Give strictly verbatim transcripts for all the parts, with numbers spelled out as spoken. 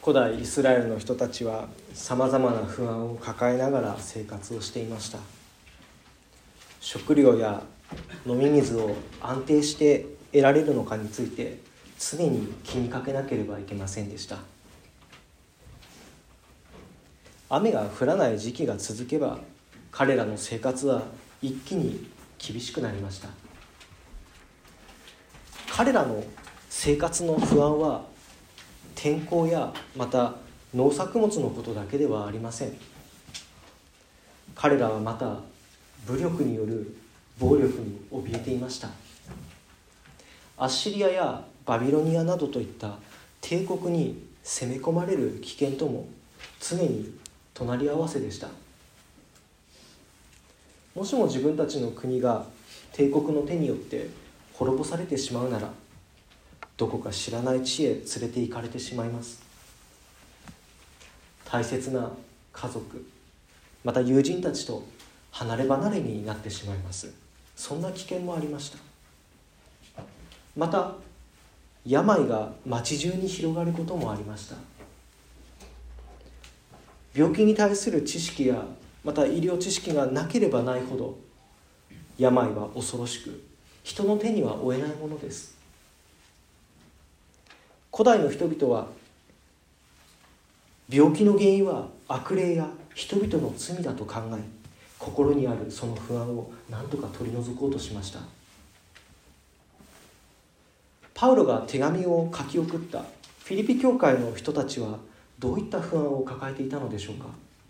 古代イスラエルの人たちはさまざまな不安を抱えながら生活をしていました。食料や飲み水を安定して得られるのかについて常に気にかけなければいけませんでした。雨が降らない時期が続けば彼らの生活は一気に厳しくなりました。彼らの生活の不安は天候やまた農作物のことだけではありません。彼らはまた武力による暴力に怯えていました。アッシリアやバビロニアなどといった帝国に攻め込まれる危険とも常に隣り合わせでした。もしも自分たちの国が帝国の手によって滅ぼされてしまうなら、どこか知らない地へ連れて行かれてしまいます。大切な家族、また友人たちと離れ離れになってしまいます。そんな危険もありました。また病が町中に広がることもありました。病気に対する知識やまた医療知識がなければないほど、病は恐ろしく人の手には負えないものです。古代の人々は病気の原因は悪霊や人々の罪だと考え、心にあるその不安を何とか取り除こうとしました。パウロが手紙を書き送ったフィリピ教会の人たちはどういった不安を抱えていたのでしょうか。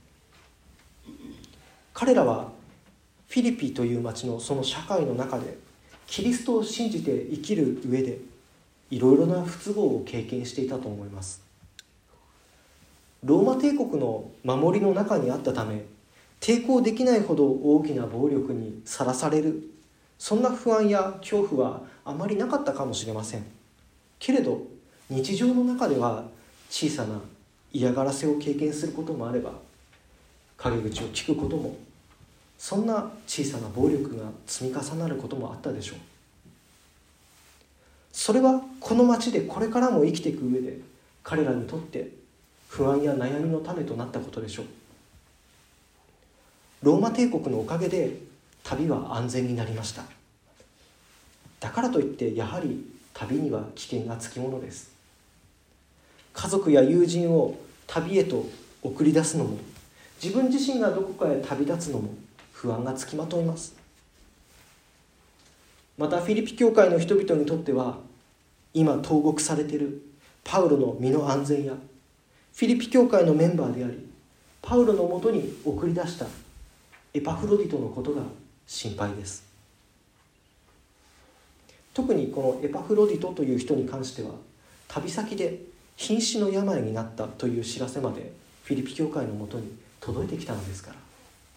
彼らはフィリピという町のその社会の中でキリストを信じて生きる上でいろいろな不都合を経験していたと思います。ローマ帝国の守りの中にあったため、抵抗できないほど大きな暴力にさらされる、そんな不安や恐怖はあまりなかったかもしれません。けれど日常の中では小さな嫌がらせを経験することもあれば、陰口を聞くことも、そんな小さな暴力が積み重なることもあったでしょう。それはこの町でこれからも生きていく上で彼らにとって不安や悩みの種となったことでしょう。ローマ帝国のおかげで旅は安全になりました。だからといってやはり旅には危険がつきものです。家族や友人を旅へと送り出すのも、自分自身がどこかへ旅立つのも不安がつきまといます。またフィリピ教会の人々にとっては、今投獄されているパウロの身の安全やフィリピ教会のメンバーでありパウロのもとに送り出したエパフロディトのことが心配です。特にこのエパフロディトという人に関しては、旅先で瀕死の病になったという知らせまでフィリピ教会のもとに届いてきたのですから。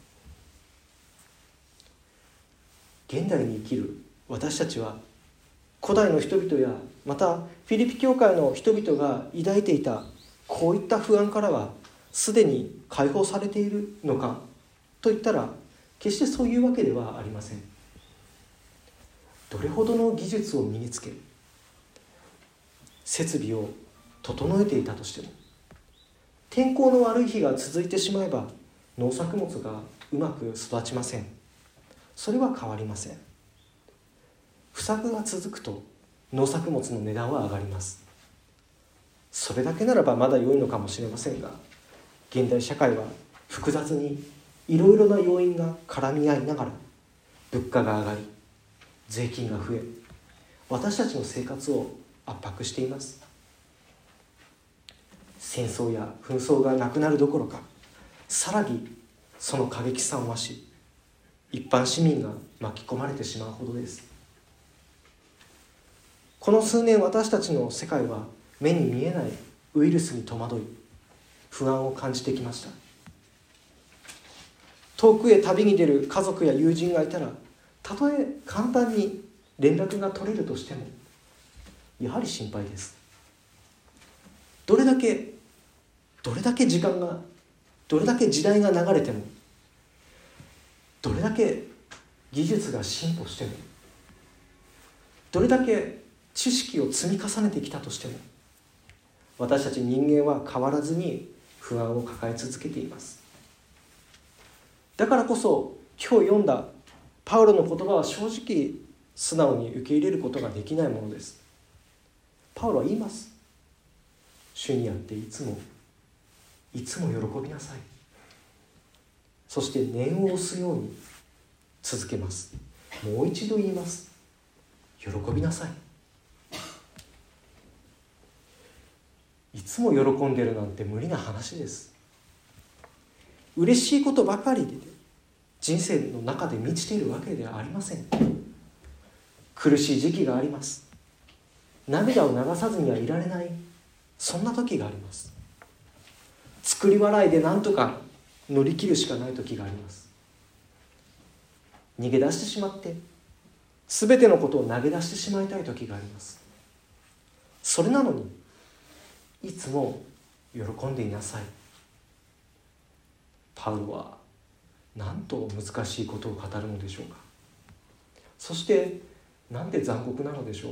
現代に生きる私たちは、古代の人々やまたフィリピ教会の人々が抱いていたこういった不安からはすでに解放されているのかといったら、決してそういうわけではありません。どれほどの技術を身につけ、設備を整えていたとしても、天候の悪い日が続いてしまえば農作物がうまく育ちません。それは変わりません。不作が続くと農作物の値段は上がります。それだけならばまだ良いのかもしれませんが、現代社会は複雑にいろいろな要因が絡み合いながら、物価が上がり、税金が増え、私たちの生活を圧迫しています。戦争や紛争がなくなるどころか、さらにその過激さを増し、一般市民が巻き込まれてしまうほどです。この数年、私たちの世界は目に見えないウイルスに戸惑い、不安を感じてきました。遠くへ旅に出る家族や友人がいたら、たとえ簡単に連絡が取れるとしても、やはり心配です。どれだけどれだけ時間がどれだけ時代が流れても、どれだけ技術が進歩しても、どれだけ知識を積み重ねてきたとしても、 私たち人間は変わらずに不安を抱え続けています。だからこそ今日読んだパウロの言葉は正直素直に受け入れることができないものです。パウロは言います。主にあっていつもいつも喜びなさい。そして念を押すように続けます。もう一度言います。喜びなさい。いつも喜んでるなんて無理な話です。嬉しいことばかりで人生の中で満ちているわけではありません。苦しい時期があります。涙を流さずにはいられない、そんな時があります。作り笑いで何とか乗り切るしかない時があります。逃げ出してしまって全てのことを投げ出してしまいたい時があります。それなのにいつも喜んでいなさい。パウロはなんと難しいことを語るのでしょうか。そしてなんで残酷なのでしょう。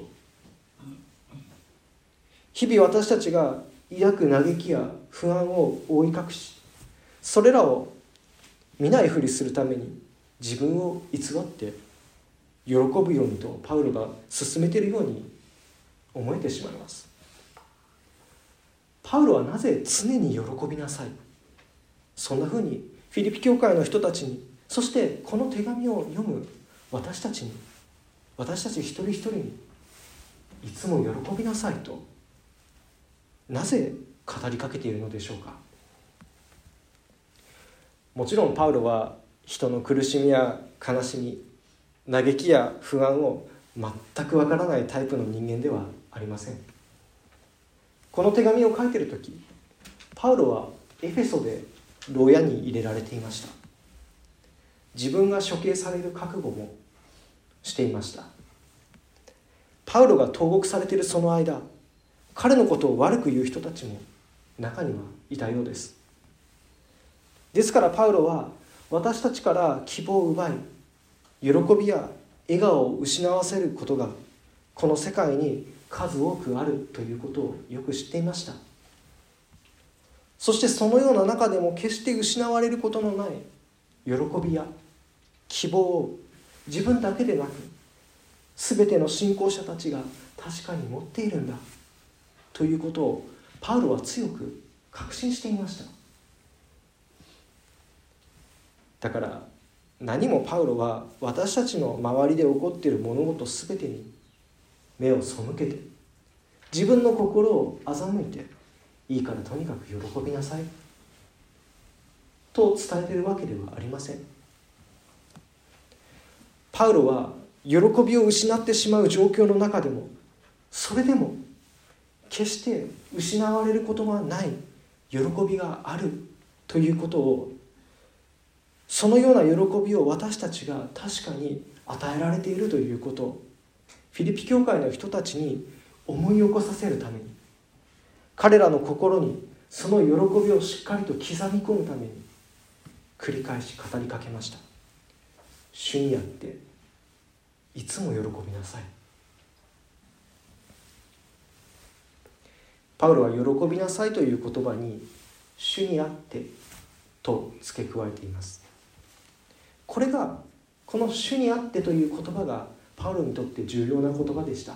日々私たちが抱く嘆きや不安を覆い隠し、それらを見ないふりするために自分を偽って喜ぶようにとパウロが勧めているように思えてしまいます。パウロはなぜ常に喜びなさい、そんなふうにフィリピ教会の人たちに、そしてこの手紙を読む私たちに、私たち一人一人にいつも喜びなさいとなぜ語りかけているのでしょうか。もちろんパウロは人の苦しみや悲しみ、嘆きや不安を全くわからないタイプの人間ではありません。この手紙を書いているとき、パウロはエフェソで牢屋に入れられていました。自分が処刑される覚悟もしていました。パウロが投獄されているその間、彼のことを悪く言う人たちも中にはいたようです。ですからパウロは私たちから希望を奪い、喜びや笑顔を失わせることがこの世界に数多くあるということをよく知っていました。そしてそのような中でも決して失われることのない喜びや希望を自分だけでなく全ての信仰者たちが確かに持っているんだということをパウロは強く確信していました。だから何もパウロは私たちの周りで起こっている物事すべてに目を背けて自分の心を欺いて、いいからとにかく喜びなさいと伝えているわけではありません。パウロは喜びを失ってしまう状況の中でも、それでも決して失われることがない喜びがあるということを、そのような喜びを私たちが確かに与えられているということをフィリピ教会の人たちに思い起こさせるために、彼らの心にその喜びをしっかりと刻み込むために繰り返し語りかけました。主にあっていつも喜びなさい。パウロは喜びなさいという言葉に主にあってと付け加えています。これがこの主にあってという言葉がパウロにとって重要な言葉でした。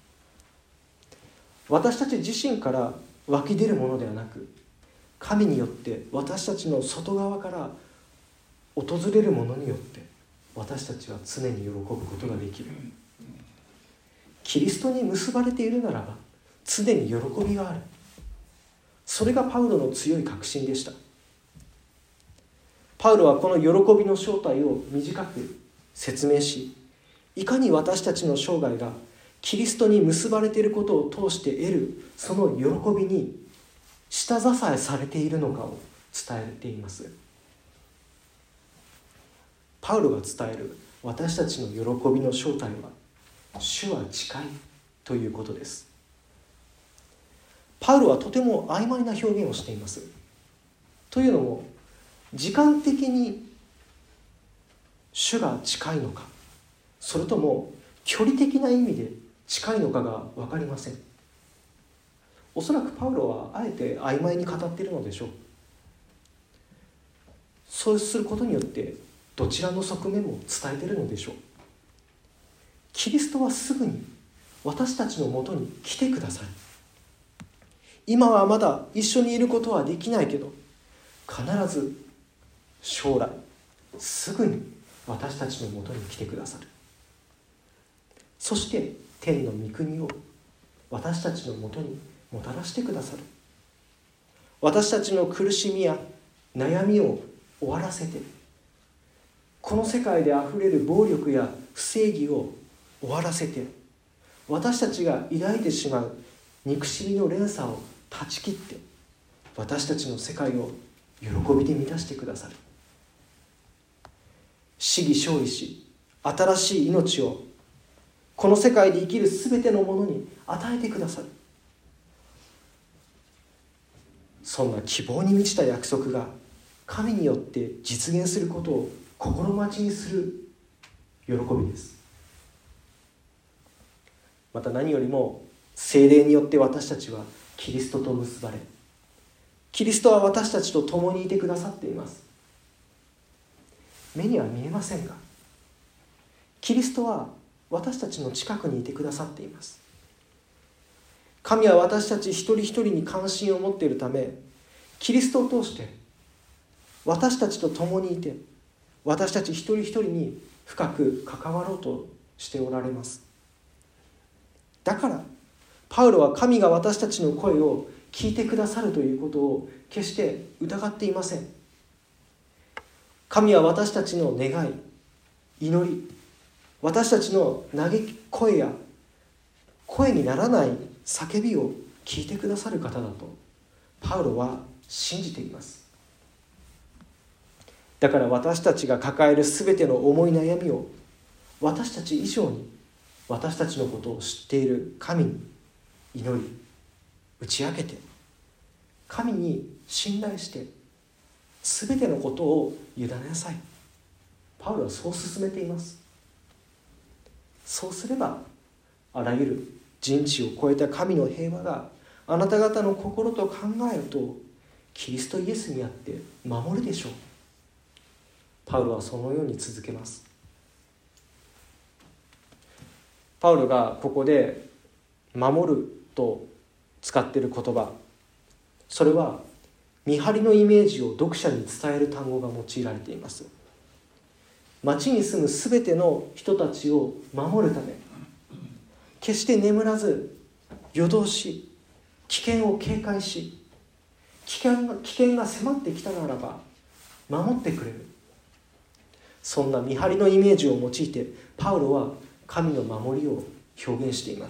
私たち自身から湧き出るものではなく、神によって私たちの外側から訪れるものによって私たちは常に喜ぶことができる。キリストに結ばれているならば常に喜びがある。それがパウロの強い確信でした。パウロはこの喜びの正体を短く説明し、いかに私たちの生涯がキリストに結ばれていることを通して得るその喜びに下支えされているのかを伝えています。パウロが伝える私たちの喜びの正体は、主は近いということです。パウロはとても曖昧な表現をしています。というのも、時間的に主が近いのか、それとも距離的な意味で近いのかが分かりません。 おそらくパウロはあえて曖昧に語っているのでしょう。そうすることによってどちらの側面も伝えているのでしょう。キリストはすぐに私たちのもとに来てくださる。今はまだ一緒にいることはできないけど、必ず将来すぐに私たちのもとに来てくださる。そして天の御国を私たちのもとにもたらしてくださる。私たちの苦しみや悩みを終わらせて、この世界であふれる暴力や不正義を終わらせて、私たちが抱いてしまう憎しみの連鎖を断ち切って、私たちの世界を喜びで満たしてくださる。死に勝利し、新しい命をこの世界で生きるすべてのものに与えてくださる。そんな希望に満ちた約束が神によって実現することを心待ちにする喜びです。また何よりも聖霊によって私たちはキリストと結ばれ、キリストは私たちと共にいてくださっています。目には見えませんが、キリストは私たちの近くにいてくださっています。神は私たち一人一人に関心を持っているため、キリストを通して私たちと共にいて、私たち一人一人に深く関わろうとしておられます。だからパウロは神が私たちの声を聞いてくださるということを決して疑っていません。神は私たちの願い、祈り、私たちの嘆き声や声にならない叫びを聞いてくださる方だとパウロは信じています。だから私たちが抱えるすべての思い悩みを私たち以上に私たちのことを知っている神に祈り打ち明けて、神に信頼してすべてのことを委ねなさい。パウロはそう進めています。そうすればあらゆる人知を超えた神の平和があなた方の心と考えとキリストイエスにあって守るでしょう。パウロはそのように続けます。パウロがここで守ると使っている言葉、それは見張りのイメージを読者に伝える単語が用いられています。町に住むすべての人たちを守るため、決して眠らず夜通し危険を警戒し、危険が、危険が迫ってきたならば守ってくれる、そんな見張りのイメージを用いてパウロは神の守りを表現しています。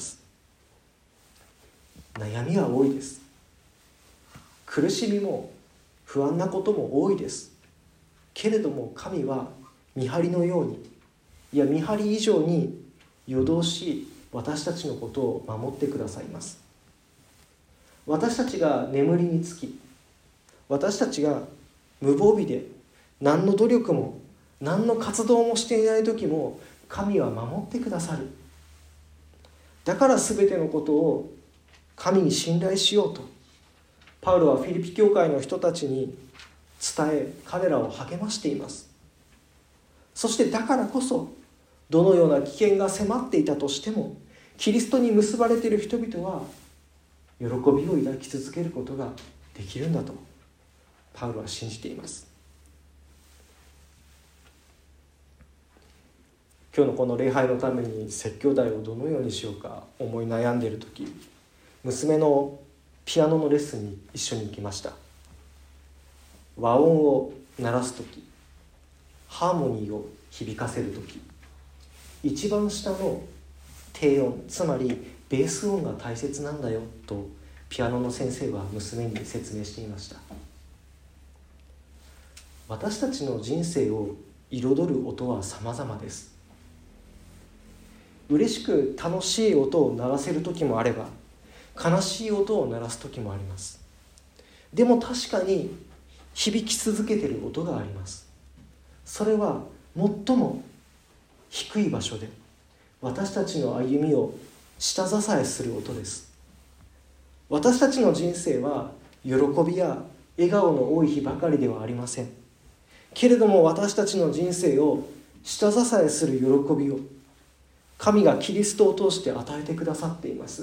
悩みは多いです。苦しみも不安なことも多いです。けれども神は見張りのように、いや見張り以上に夜通し私たちのことを守ってくださいます。私たちが眠りにつき、私たちが無防備で何の努力も何の活動もしていない時も神は守ってくださる。だから全てのことを神に信頼しようとパウロはフィリピ教会の人たちに伝え、彼らを励ましています。そしてだからこそどのような危険が迫っていたとしてもキリストに結ばれている人々は喜びを抱き続けることができるんだとパウロは信じています。今日のこの礼拝のために説教題をどのようにしようか思い悩んでいるとき、娘のピアノのレッスンに一緒に行きました。和音を鳴らすとき、ハーモニーを響かせるとき、一番下の低音、つまりベース音が大切なんだよとピアノの先生は娘に説明していました。私たちの人生を彩る音は様々です。嬉しく楽しい音を鳴らせる時もあれば、悲しい音を鳴らす時もあります。でも確かに響き続けている音があります。それは最も低い場所で私たちの歩みを下支えする音です。 私たちの人生は喜びや笑顔の多い日ばかりではありません。けれども私たちの人生を下支えする喜びを神がキリストを通して与えてくださっています。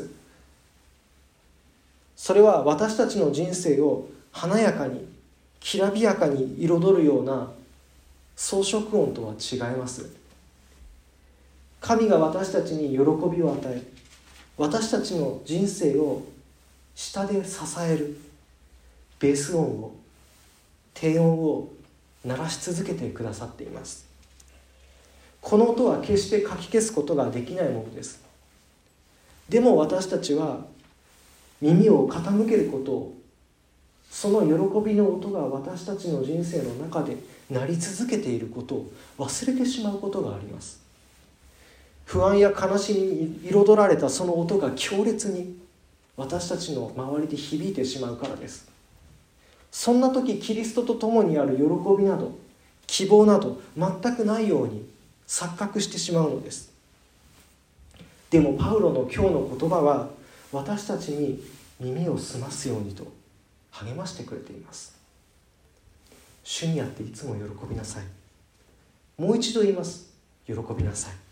それは私たちの人生を華やかにきらびやかに彩るような装飾音とは違います。神が私たちに喜びを与え、私たちの人生を下で支えるベース音を、低音を鳴らし続けてくださっています。この音は決してかき消すことができないものです。でも私たちは耳を傾けることを、その喜びの音が私たちの人生の中で鳴り続けていることを忘れてしまうことがあります。不安や悲しみに彩られたその音が強烈に私たちの周りで響いてしまうからです。そんな時、キリストと共にある喜びなど希望など全くないように錯覚してしまうのです。でもパウロの今日の言葉は私たちに耳を澄ますようにと励ましてくれています。主にあっていつも喜びなさい。もう一度言います。喜びなさい。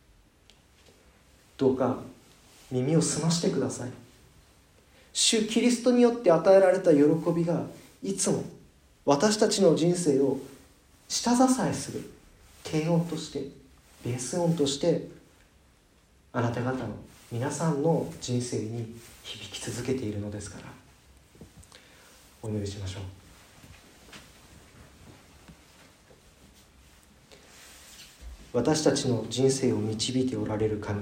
どうか耳を澄ましてください。主キリストによって与えられた喜びがいつも私たちの人生を下支えする低音として、ベース音としてあなた方の皆さんの人生に響き続けているのですから。お祈りしましょう。私たちの人生を導いておられる神、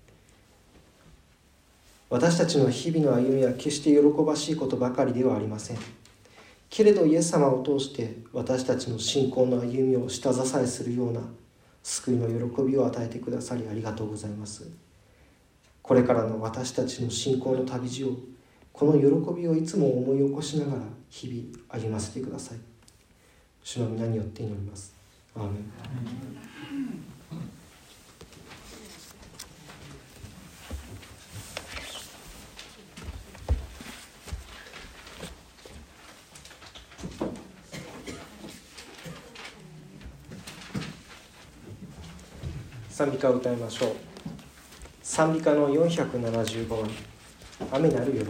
私たちの日々の歩みは決して喜ばしいことばかりではありません。けれどイエス様を通して私たちの信仰の歩みを下支えするような救いの喜びを与えてくださりありがとうございます。これからの私たちの信仰の旅路を、この喜びをいつも思い起こしながら日々歩ませてください。主の皆によって祈ります。アーメン。賛美歌を歌いましょう。賛美歌のよんひゃくななじゅうごばん、雨なる喜び。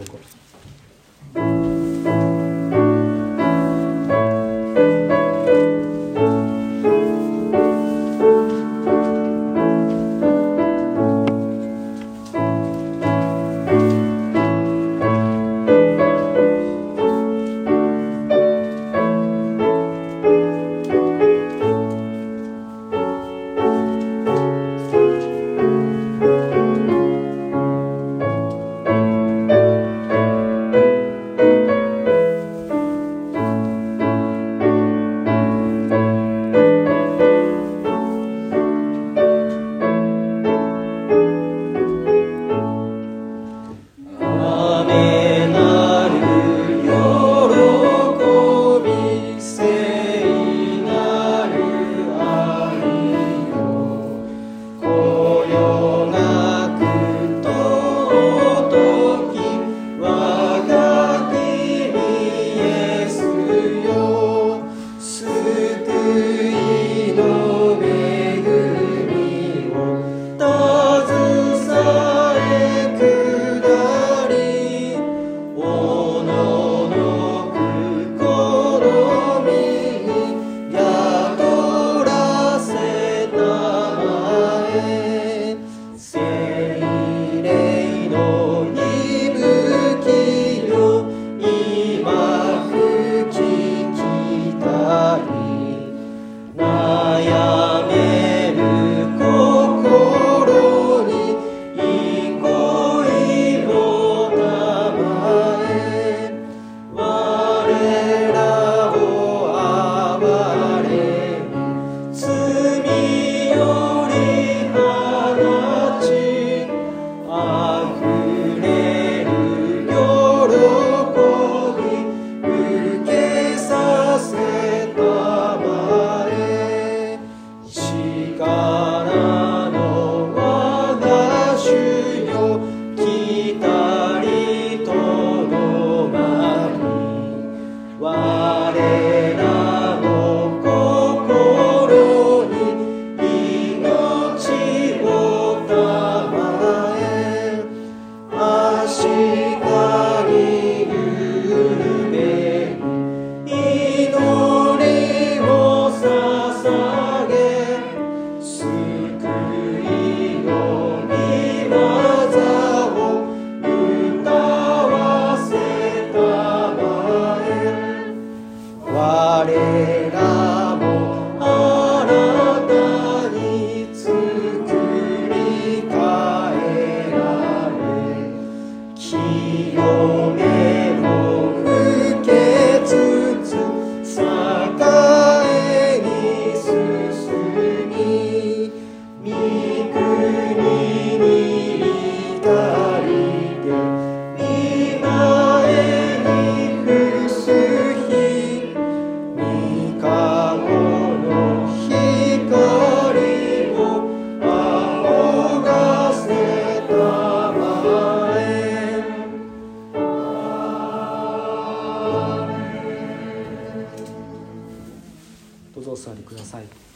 座りください。